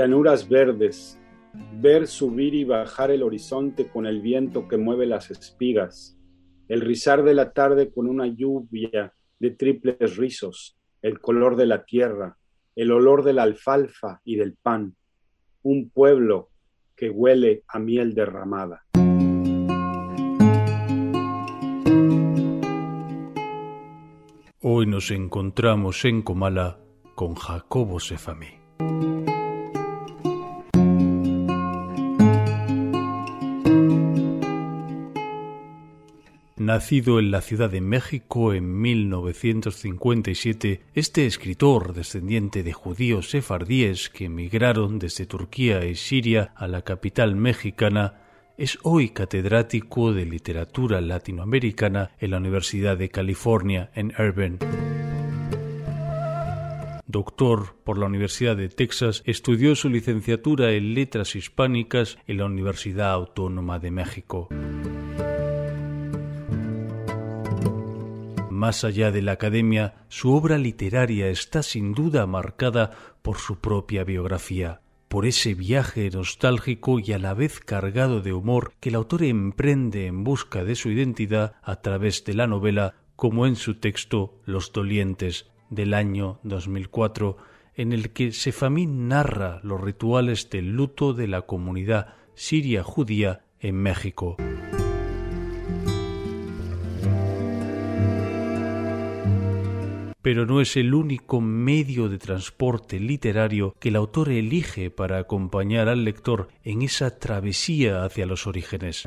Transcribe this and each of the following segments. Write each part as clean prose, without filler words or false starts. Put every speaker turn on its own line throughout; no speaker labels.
llanuras verdes, ver subir y bajar el horizonte con el viento que mueve las espigas, el rizar de la tarde con una lluvia de triples rizos, el color de la tierra, el olor de la alfalfa y del pan, un pueblo que huele a miel derramada.
Hoy nos encontramos en Comala con Jacobo Sefami. Nacido en la Ciudad de México en 1957, este escritor, descendiente de judíos sefardíes que emigraron desde Turquía y Siria a la capital mexicana, es hoy catedrático de literatura latinoamericana en la Universidad de California en Irvine. Doctor por la Universidad de Texas, estudió su licenciatura en Letras Hispánicas en la Universidad Autónoma de México. Más allá de la academia, su obra literaria está sin duda marcada por su propia biografía, por ese viaje nostálgico y a la vez cargado de humor que el autor emprende en busca de su identidad a través de la novela, como en su texto Los Dolientes, del año 2004, en el que Sefami narra los rituales del luto de la comunidad siria judía en México. Pero no es el único medio de transporte literario que el autor elige para acompañar al lector en esa travesía hacia los orígenes.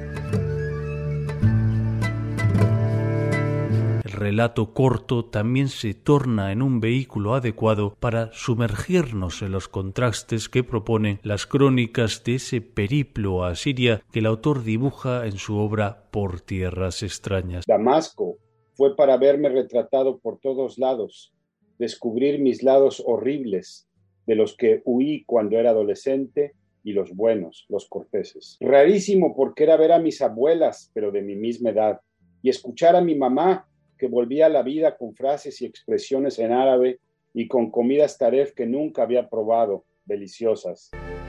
El relato corto también se torna en un vehículo adecuado para sumergirnos en los contrastes que proponen las crónicas de ese periplo a Siria que el autor dibuja en su obra Por tierras extrañas.
Damasco fue para verme retratado por todos lados, descubrir mis lados horribles, de los que huí cuando era adolescente, y los buenos, los corteses. Rarísimo porque era ver a mis abuelas, pero de mi misma edad, y escuchar a mi mamá, que volvía a la vida con frases y expresiones en árabe y con comidas taref que nunca había probado, deliciosas.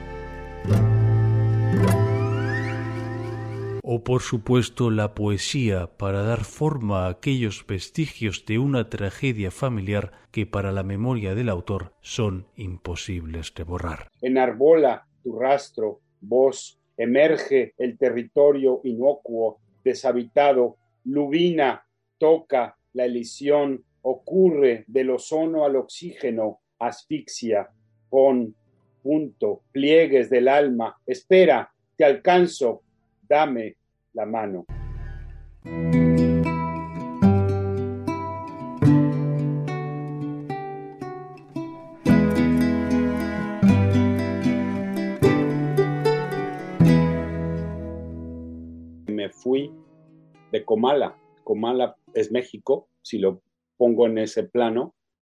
O por supuesto la poesía para dar forma a aquellos vestigios de una tragedia familiar que para la memoria del autor son imposibles de borrar.
Enarbola tu rastro, voz, emerge el territorio inocuo, deshabitado, lubina, toca la elisión, ocurre del ozono al oxígeno, asfixia, pon, punto, pliegues del alma, espera, te alcanzo, dame la mano. Me fui de Comala. Comala es México, si lo pongo en ese plano.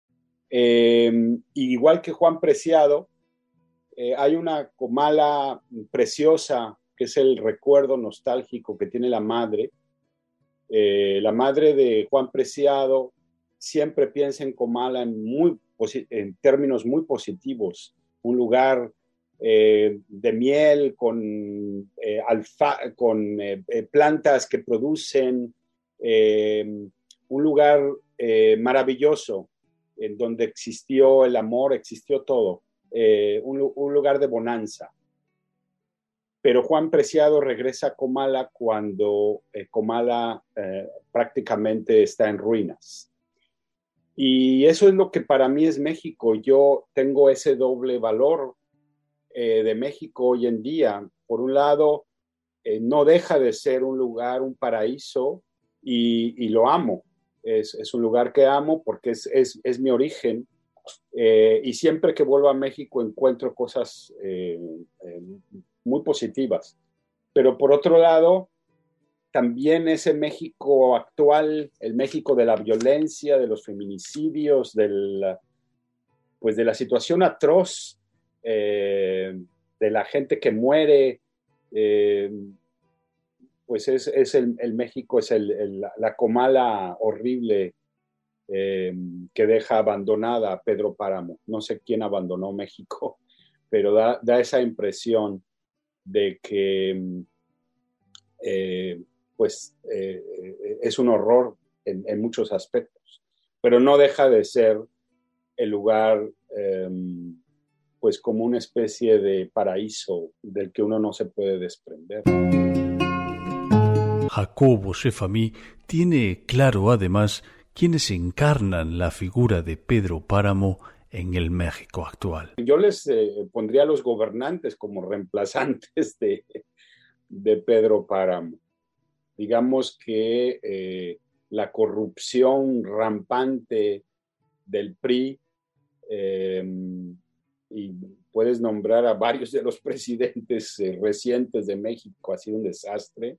Igual que Juan Preciado, hay una Comala preciosa que es el recuerdo nostálgico que tiene la madre. La madre de Juan Preciado siempre piensa en Comala en términos muy positivos, un lugar de miel con plantas que producen, un lugar maravilloso en donde existió el amor, existió todo, un lugar de bonanza. Pero Juan Preciado regresa a Comala cuando Comala prácticamente está en ruinas. Y eso es lo que para mí es México. Yo tengo ese doble valor de México hoy en día. Por un lado, no deja de ser un lugar, un paraíso, y lo amo. Es un lugar que amo porque es mi origen. Y siempre que vuelvo a México encuentro cosas muy positivas. Pero por otro lado, también ese México actual, el México de la violencia, de los feminicidios, pues de la situación atroz, de la gente que muere, pues es el México, es la Comala horrible que deja abandonada a Pedro Páramo. No sé quién abandonó México, pero da esa impresión de que es un horror en muchos aspectos, pero no deja de ser el lugar pues como una especie de paraíso del que uno no se puede desprender.
Jacobo Shefami tiene claro además quiénes encarnan la figura de Pedro Páramo en el México actual.
Yo les pondría a los gobernantes como reemplazantes de Pedro Páramo. Digamos que la corrupción rampante del PRI, y puedes nombrar a varios de los presidentes recientes de México, ha sido un desastre.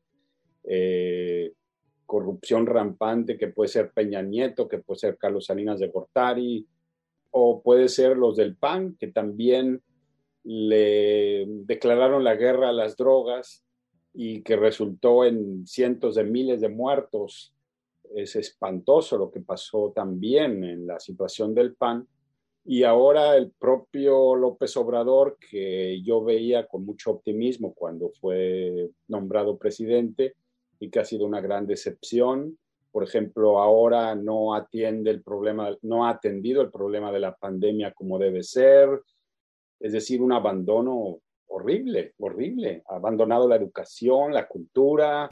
Corrupción rampante que puede ser Peña Nieto, que puede ser Carlos Salinas de Gortari, o puede ser los del PAN, que también le declararon la guerra a las drogas y que resultó en cientos de miles de muertos. Es espantoso lo que pasó también en la situación del PAN. Y ahora el propio López Obrador, que yo veía con mucho optimismo cuando fue nombrado presidente y que ha sido una gran decepción. Por ejemplo, ahora no ha atendido el problema de la pandemia como debe ser. Es decir, un abandono horrible, horrible. Ha abandonado la educación, la cultura.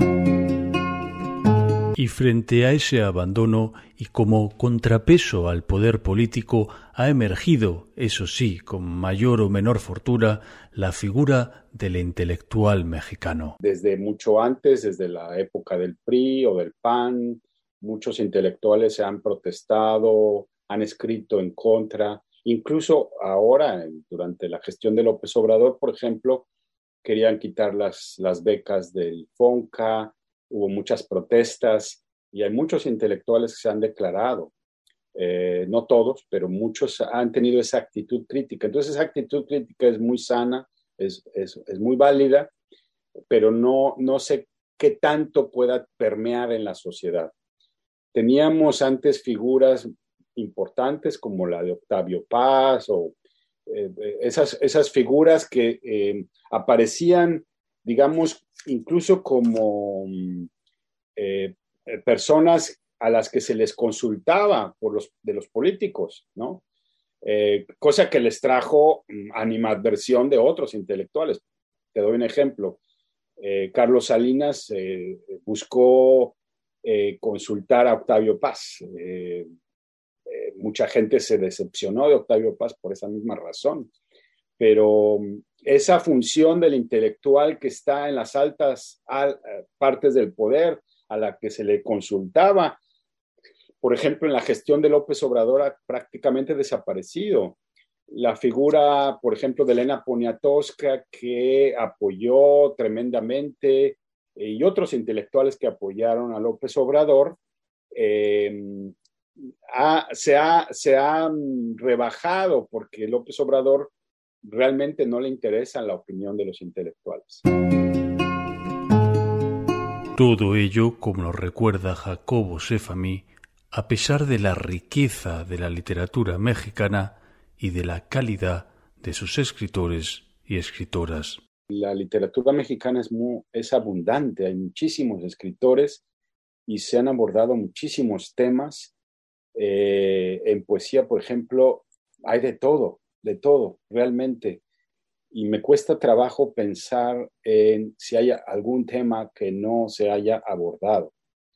Y frente a ese abandono y como contrapeso al poder político ha emergido, eso sí, con mayor o menor fortuna, la figura del intelectual mexicano.
Desde mucho antes, desde la época del PRI o del PAN, muchos intelectuales se han protestado, han escrito en contra. Incluso ahora, durante la gestión de López Obrador, por ejemplo, querían quitar las becas del FONCA. Hubo muchas protestas y hay muchos intelectuales que se han declarado, no todos, pero muchos han tenido esa actitud crítica. Entonces esa actitud crítica es muy sana, es muy válida, pero no sé qué tanto pueda permear en la sociedad. Teníamos antes figuras importantes como la de Octavio Paz o esas figuras que aparecían, digamos, incluso como personas a las que se les consultaba de los políticos, ¿no? Cosa que les trajo animadversión de otros intelectuales. Te doy un ejemplo. Carlos Salinas buscó consultar a Octavio Paz. Mucha gente se decepcionó de Octavio Paz por esa misma razón. Pero esa función del intelectual que está en las altas partes del poder, a la que se le consultaba, por ejemplo, en la gestión de López Obrador ha prácticamente desaparecido. La figura, por ejemplo, de Elena Poniatowska, que apoyó tremendamente, y otros intelectuales que apoyaron a López Obrador, se ha rebajado porque López Obrador realmente no le interesa la opinión de los intelectuales.
Todo ello, como lo recuerda Jacobo Shefami, a pesar de la riqueza de la literatura mexicana y de la calidad de sus escritores y escritoras.
La literatura mexicana es abundante, hay muchísimos escritores y se han abordado muchísimos temas. En poesía, por ejemplo, hay de todo, realmente. Y me cuesta trabajo pensar en si hay algún tema que no se haya abordado.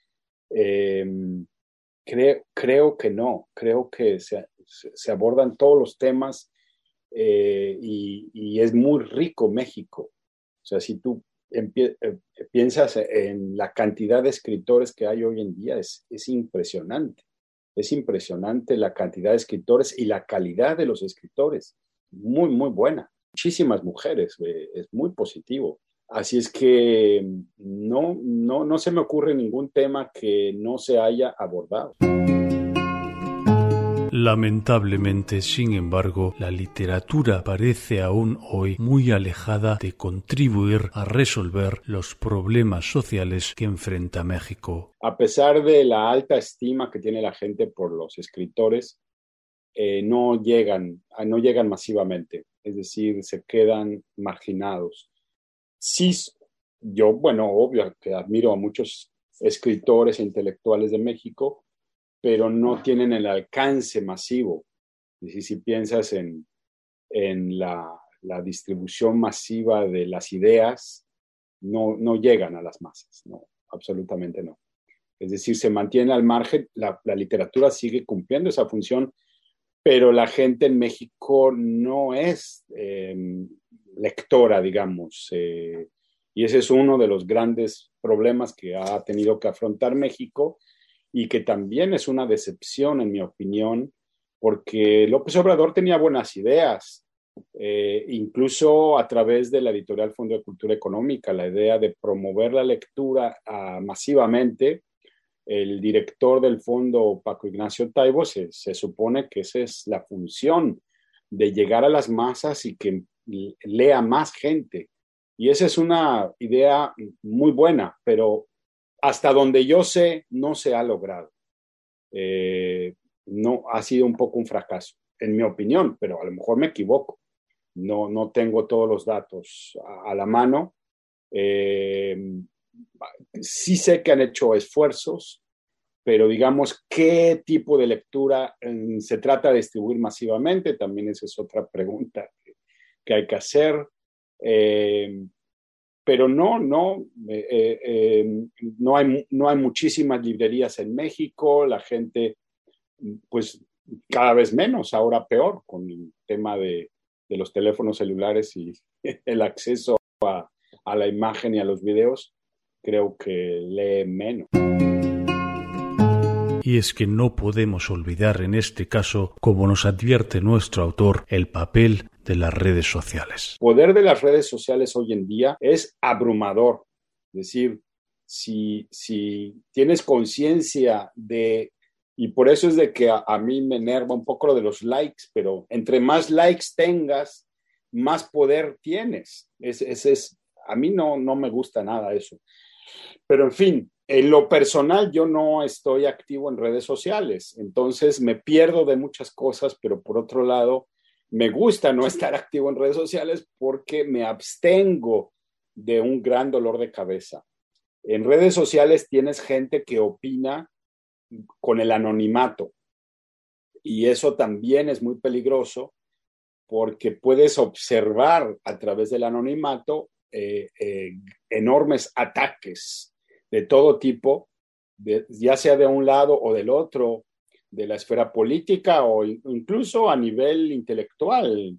Creo que no, creo que se abordan todos los temas y es muy rico México. O sea, si tú piensas en la cantidad de escritores que hay hoy en día, es impresionante. Es impresionante la cantidad de escritores y la calidad de los escritores. Muy, muy buena. Muchísimas mujeres, es muy positivo. Así es que no se me ocurre ningún tema que no se haya abordado.
Lamentablemente, sin embargo, la literatura parece aún hoy muy alejada de contribuir a resolver los problemas sociales que enfrenta México.
A pesar de la alta estima que tiene la gente por los escritores, no llegan masivamente, es decir, se quedan marginados. Sí, yo, bueno, obvio que admiro a muchos escritores e intelectuales de México, pero no tienen el alcance masivo. Es decir, si piensas en la distribución masiva de las ideas, no llegan a las masas, no, absolutamente no. Es decir, se mantiene al margen, la literatura sigue cumpliendo esa función, pero la gente en México no es lectora, digamos, y ese es uno de los grandes problemas que ha tenido que afrontar México y que también es una decepción, en mi opinión, porque López Obrador tenía buenas ideas, incluso a través de la editorial Fondo de Cultura Económica, la idea de promover la lectura masivamente. El director del fondo, Paco Ignacio Taibo, se supone que esa es la función de llegar a las masas y que lea más gente. Y esa es una idea muy buena, pero hasta donde yo sé, no se ha logrado. No, ha sido un poco un fracaso, en mi opinión, pero a lo mejor me equivoco. No tengo todos los datos a la mano. Sí sé que han hecho esfuerzos, pero digamos, ¿qué tipo de lectura se trata de distribuir masivamente? También esa es otra pregunta que hay que hacer. Pero no hay muchísimas librerías en México, la gente, pues cada vez menos, ahora peor, con el tema de los teléfonos celulares y el acceso a la imagen y a los videos, creo que lee menos.
Y es que no podemos olvidar en este caso, como nos advierte nuestro autor, el papel de las redes sociales.
El poder de las redes sociales hoy en día es abrumador. Es decir, si tienes conciencia de, y por eso es de que a mí me enerva un poco lo de los likes, pero entre más likes tengas, más poder tienes. A mí no me gusta nada eso. Pero en fin, en lo personal yo no estoy activo en redes sociales, entonces me pierdo de muchas cosas, pero por otro lado, me gusta no estar activo en redes sociales porque me abstengo de un gran dolor de cabeza. En redes sociales tienes gente que opina con el anonimato y eso también es muy peligroso porque puedes observar a través del anonimato enormes ataques de todo tipo, ya sea de un lado o del otro, de la esfera política o incluso a nivel intelectual.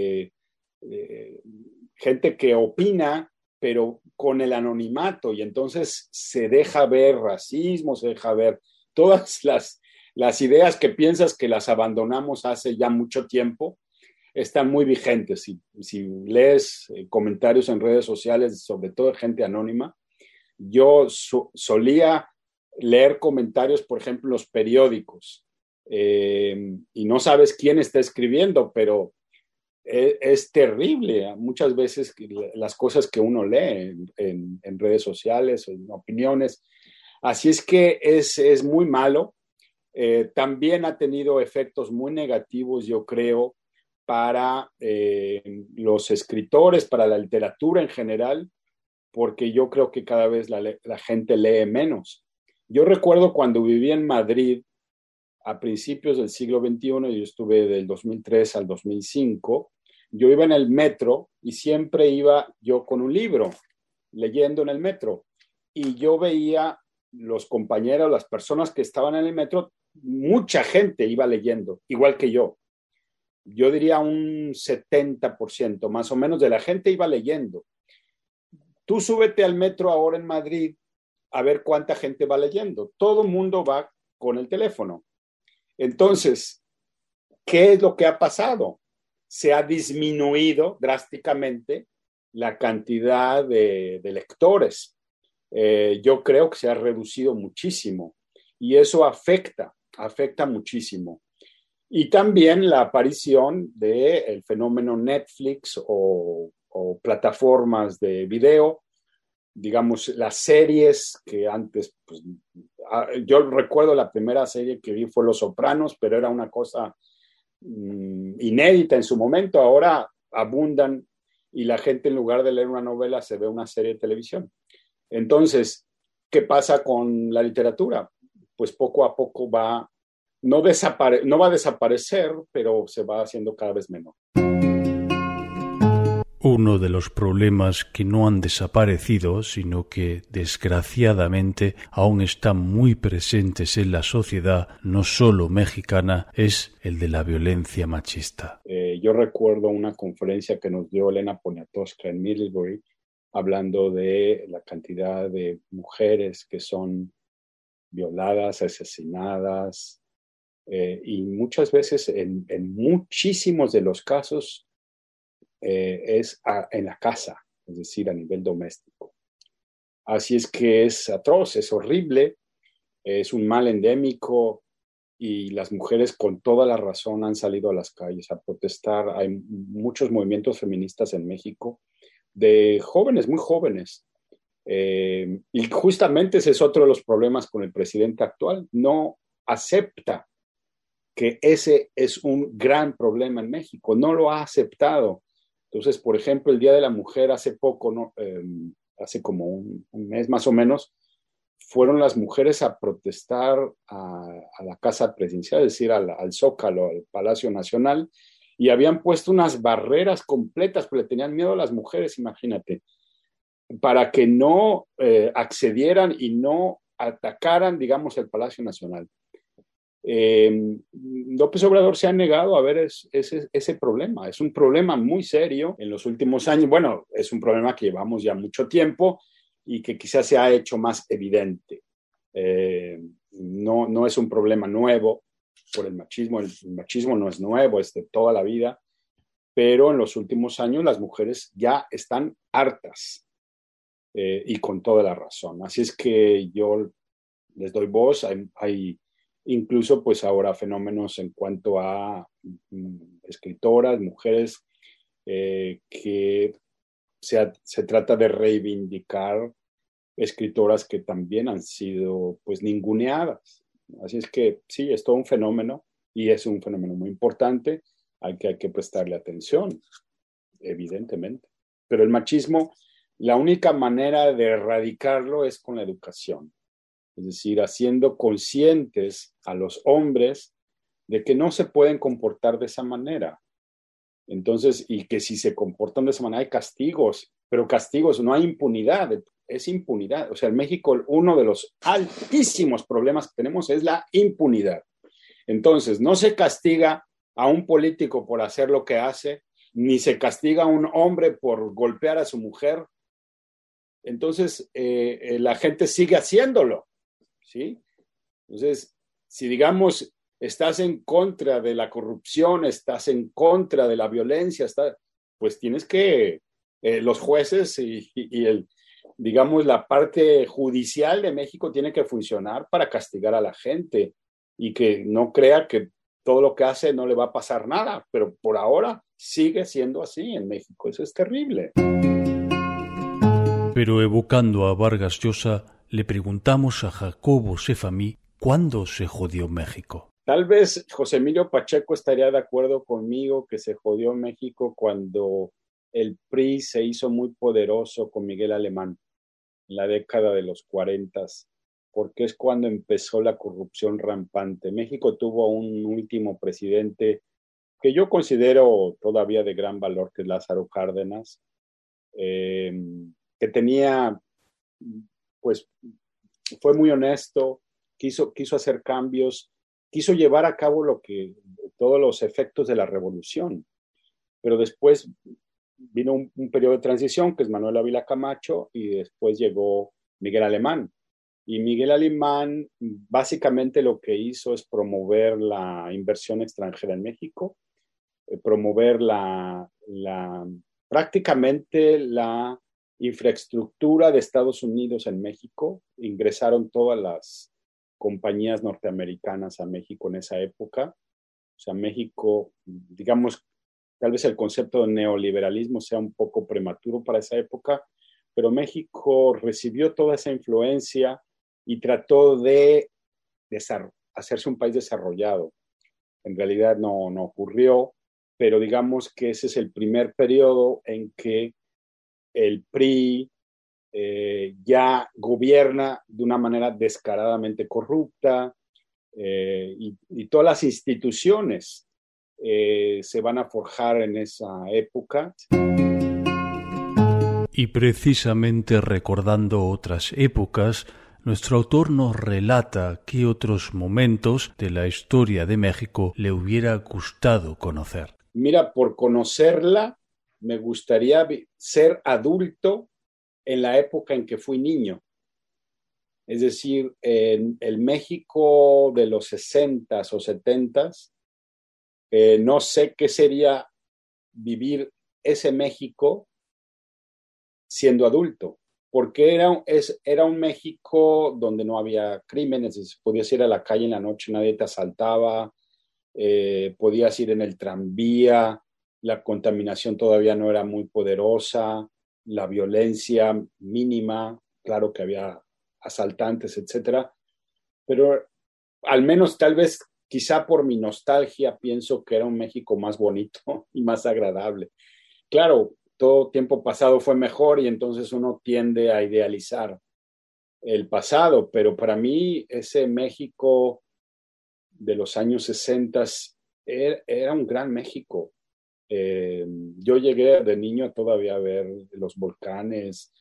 Gente que opina, pero con el anonimato, y entonces se deja ver racismo, se deja ver todas las ideas que piensas que las abandonamos hace ya mucho tiempo, están muy vigentes. Si lees comentarios en redes sociales, sobre todo de gente anónima, yo solía leer comentarios, por ejemplo, en los periódicos, y no sabes quién está escribiendo, pero es terrible muchas veces las cosas que uno lee en redes sociales, en opiniones. Así es que es muy malo. También ha tenido efectos muy negativos, yo creo, para los escritores, para la literatura en general, porque yo creo que cada vez la gente lee menos. Yo recuerdo cuando viví en Madrid a principios del siglo XXI, yo estuve del 2003 al 2005, yo iba en el metro y siempre iba yo con un libro, leyendo en el metro, y yo veía los compañeros, las personas que estaban en el metro, mucha gente iba leyendo, igual que yo. Yo diría un 70% más o menos de la gente iba leyendo. Tú súbete al metro ahora en Madrid a ver cuánta gente va leyendo. Todo el mundo va con el teléfono. Entonces, ¿qué es lo que ha pasado? Se ha disminuido drásticamente la cantidad de lectores. Yo creo que se ha reducido muchísimo y eso afecta muchísimo. Y también la aparición del fenómeno Netflix o plataformas de video, digamos, las series que antes, pues, yo recuerdo la primera serie que vi fue Los Sopranos, pero era una cosa inédita en su momento, ahora abundan y la gente en lugar de leer una novela se ve una serie de televisión. Entonces, ¿qué pasa con la literatura? Pues poco a poco no va a desaparecer, pero se va haciendo cada vez menor.
Uno de los problemas que no han desaparecido, sino que desgraciadamente aún están muy presentes en la sociedad, no solo mexicana, es el de la violencia machista.
Yo recuerdo una conferencia que nos dio Elena Poniatowska en Middlebury, hablando de la cantidad de mujeres que son violadas, asesinadas, y muchas veces, en muchísimos de los casos, es en la casa, es decir, a nivel doméstico. Así es que es atroz, es horrible, es un mal endémico y las mujeres con toda la razón han salido a las calles a protestar. Hay muchos movimientos feministas en México de jóvenes, muy jóvenes. Y justamente ese es otro de los problemas con el presidente actual. No acepta que ese es un gran problema en México, no lo ha aceptado. Entonces, por ejemplo, el Día de la Mujer hace poco, ¿no? Hace como un mes más o menos, fueron las mujeres a protestar a la Casa Presidencial, es decir, al Zócalo, al Palacio Nacional, y habían puesto unas barreras completas, porque le tenían miedo a las mujeres, imagínate, para que no accedieran y no atacaran, digamos, el Palacio Nacional. López Obrador se ha negado a ver ese problema. Es un problema muy serio en los últimos años. Bueno, es un problema que llevamos ya mucho tiempo y que quizás se ha hecho más evidente. No es un problema nuevo por el machismo. El machismo no es nuevo, es de toda la vida, pero en los últimos años las mujeres ya están hartas y con toda la razón. Así es que yo les doy voz. Hay incluso pues ahora fenómenos en cuanto a escritoras, mujeres, que se trata de reivindicar escritoras que también han sido pues ninguneadas. Así es que sí, es todo un fenómeno y es un fenómeno muy importante al que hay que prestarle atención, evidentemente. Pero el machismo, la única manera de erradicarlo es con la educación. Es decir, haciendo conscientes a los hombres de que no se pueden comportar de esa manera. Entonces, y que si se comportan de esa manera hay castigos, pero castigos, no hay impunidad, es impunidad. O sea, en México uno de los altísimos problemas que tenemos es la impunidad. Entonces, no se castiga a un político por hacer lo que hace, ni se castiga a un hombre por golpear a su mujer. Entonces, la gente sigue haciéndolo. ¿Sí? Entonces, si digamos, estás en contra de la corrupción, estás en contra de la violencia, pues tienes que, los jueces digamos, la parte judicial de México tiene que funcionar para castigar a la gente y que no crea que todo lo que hace no le va a pasar nada, pero por ahora sigue siendo así en México. Eso es terrible.
Pero evocando a Vargas Llosa, le preguntamos a Jacobo Sefamí cuándo se jodió México.
Tal vez José Emilio Pacheco estaría de acuerdo conmigo que se jodió México cuando el PRI se hizo muy poderoso con Miguel Alemán en la década de los 40, porque es cuando empezó la corrupción rampante. México tuvo un último presidente que yo considero todavía de gran valor, que es Lázaro Cárdenas, que tenía, pues, fue muy honesto, quiso hacer cambios, quiso llevar a cabo todos los efectos de la revolución. Pero después vino un periodo de transición, que es Manuel Ávila Camacho, y después llegó Miguel Alemán. Y Miguel Alemán básicamente lo que hizo es promover la inversión extranjera en México, promover prácticamente la infraestructura de Estados Unidos en México. Ingresaron todas las compañías norteamericanas a México en esa época. O sea, México, digamos, tal vez el concepto de neoliberalismo sea un poco prematuro para esa época, pero México recibió toda esa influencia y trató de hacerse un país desarrollado. en realidad no ocurrió, pero digamos que ese es el primer periodo en que el PRI ya gobierna de una manera descaradamente corrupta, y todas las instituciones se van a forjar en esa época.
Y precisamente recordando otras épocas, nuestro autor nos relata qué otros momentos de la historia de México le hubiera gustado conocer.
Mira, por conocerla, me gustaría ser adulto en la época en que fui niño. Es decir, en el México de los 60s o 70s, no sé qué sería vivir ese México siendo adulto, porque era un México donde no había crímenes, podías ir a la calle en la noche, nadie te asaltaba, podías ir en el tranvía, la contaminación todavía no era muy poderosa, la violencia mínima, claro que había asaltantes, etcétera, pero al menos tal vez quizá por mi nostalgia pienso que era un México más bonito y más agradable. Claro, todo tiempo pasado fue mejor y entonces uno tiende a idealizar el pasado, pero para mí ese México de los años 60 era un gran México. Yo llegué de niño todavía a ver los volcanes,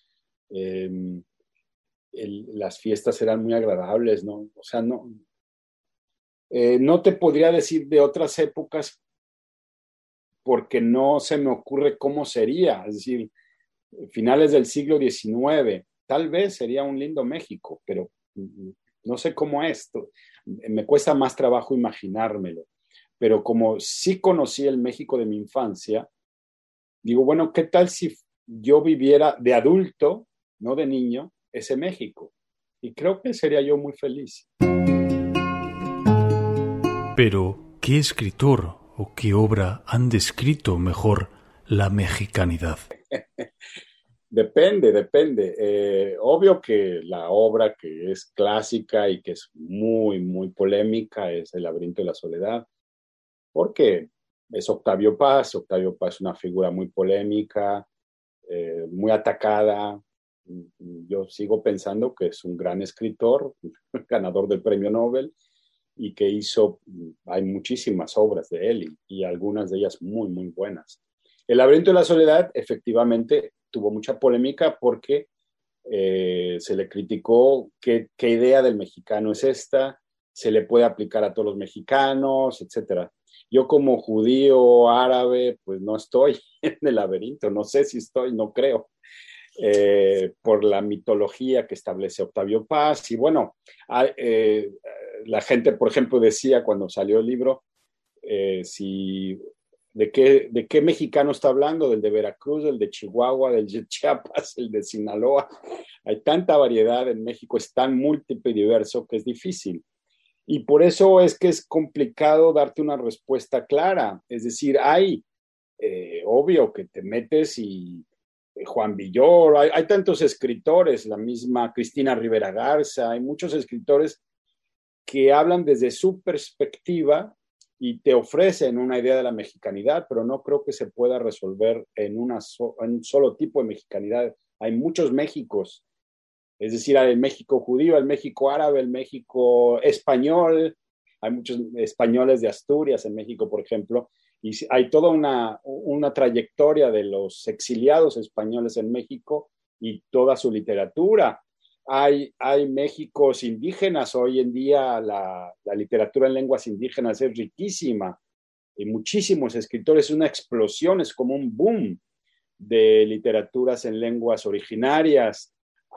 las fiestas eran muy agradables, ¿no? O sea, no te podría decir de otras épocas porque no se me ocurre cómo sería, es decir, finales del siglo XIX, tal vez sería un lindo México, pero no sé cómo es, me cuesta más trabajo imaginármelo, pero como sí conocí el México de mi infancia, digo, bueno, ¿qué tal si yo viviera de adulto, no de niño, ese México? Y creo que sería yo muy feliz.
Pero, ¿qué escritor o qué obra han descrito mejor la mexicanidad?
Depende. Obvio que la obra que es clásica y que es muy, muy polémica es El laberinto de la soledad, porque es Octavio Paz. Octavio Paz es una figura muy polémica, muy atacada. Yo sigo pensando que es un gran escritor, ganador del premio Nobel, y que hay muchísimas obras de él y algunas de ellas muy, muy buenas. El laberinto de la soledad efectivamente tuvo mucha polémica porque se le criticó qué idea del mexicano es esta, se le puede aplicar a todos los mexicanos, etcétera. Yo como judío árabe, pues no estoy en el laberinto, no sé si estoy, no creo, por la mitología que establece Octavio Paz. Y bueno, la gente, por ejemplo, decía cuando salió el libro, ¿de qué mexicano está hablando? ¿Del de Veracruz, del de Chihuahua, del de Chiapas, el de Sinaloa? Hay tanta variedad en México, es tan múltiple y diverso que es difícil. Y por eso es que es complicado darte una respuesta clara. Es decir, obvio que te metes y Juan Villoro, hay tantos escritores, la misma Cristina Rivera Garza, hay muchos escritores que hablan desde su perspectiva y te ofrecen una idea de la mexicanidad, pero no creo que se pueda resolver en un solo tipo de mexicanidad. Hay muchos Méxicos, es decir, hay el México judío, el México árabe, el México español, hay muchos españoles de Asturias en México, por ejemplo, y hay toda una trayectoria de los exiliados españoles en México y toda su literatura. Hay Méxicos indígenas, hoy en día la literatura en lenguas indígenas es riquísima, y muchísimos escritores, una explosión, es como un boom de literaturas en lenguas originarias.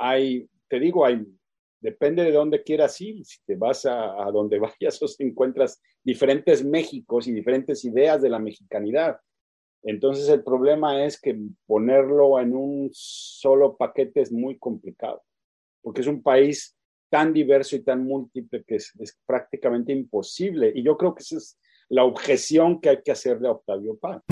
Depende de dónde quieras ir, si te vas a donde vayas o si encuentras diferentes Méxicos y diferentes ideas de la mexicanidad. Entonces el problema es que ponerlo en un solo paquete es muy complicado, porque es un país tan diverso y tan múltiple que es prácticamente imposible. Y yo creo que esa es la objeción que hay que hacerle a Octavio Paz.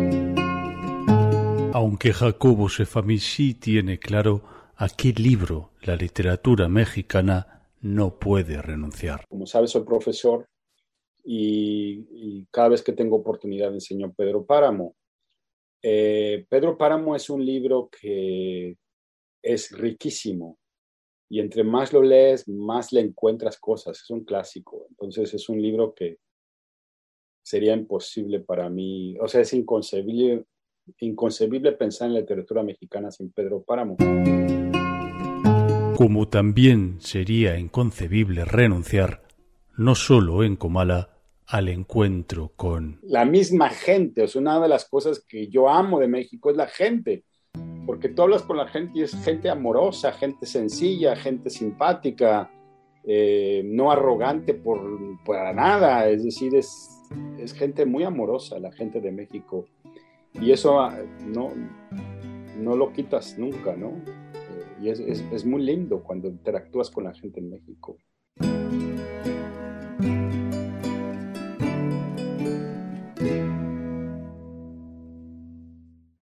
Aunque Jacobo Sefami sí tiene claro a qué libro la literatura mexicana no puede renunciar.
Como sabes, soy profesor y cada vez que tengo oportunidad enseño Pedro Páramo. Pedro Páramo es un libro que es riquísimo y entre más lo lees, más le encuentras cosas. Es un clásico. Entonces es un libro que sería imposible para mí, o sea, es inconcebible pensar en la literatura mexicana sin Pedro Páramo.
Como también sería inconcebible renunciar, no solo en Comala, al encuentro con
la misma gente. O sea, una de las cosas que yo amo de México es la gente, porque tú hablas con la gente y es gente amorosa, gente sencilla, gente simpática, no arrogante para nada, es decir, es gente muy amorosa, la gente de México, y eso no lo quitas nunca, ¿no? Y es muy lindo cuando interactúas con la gente en México.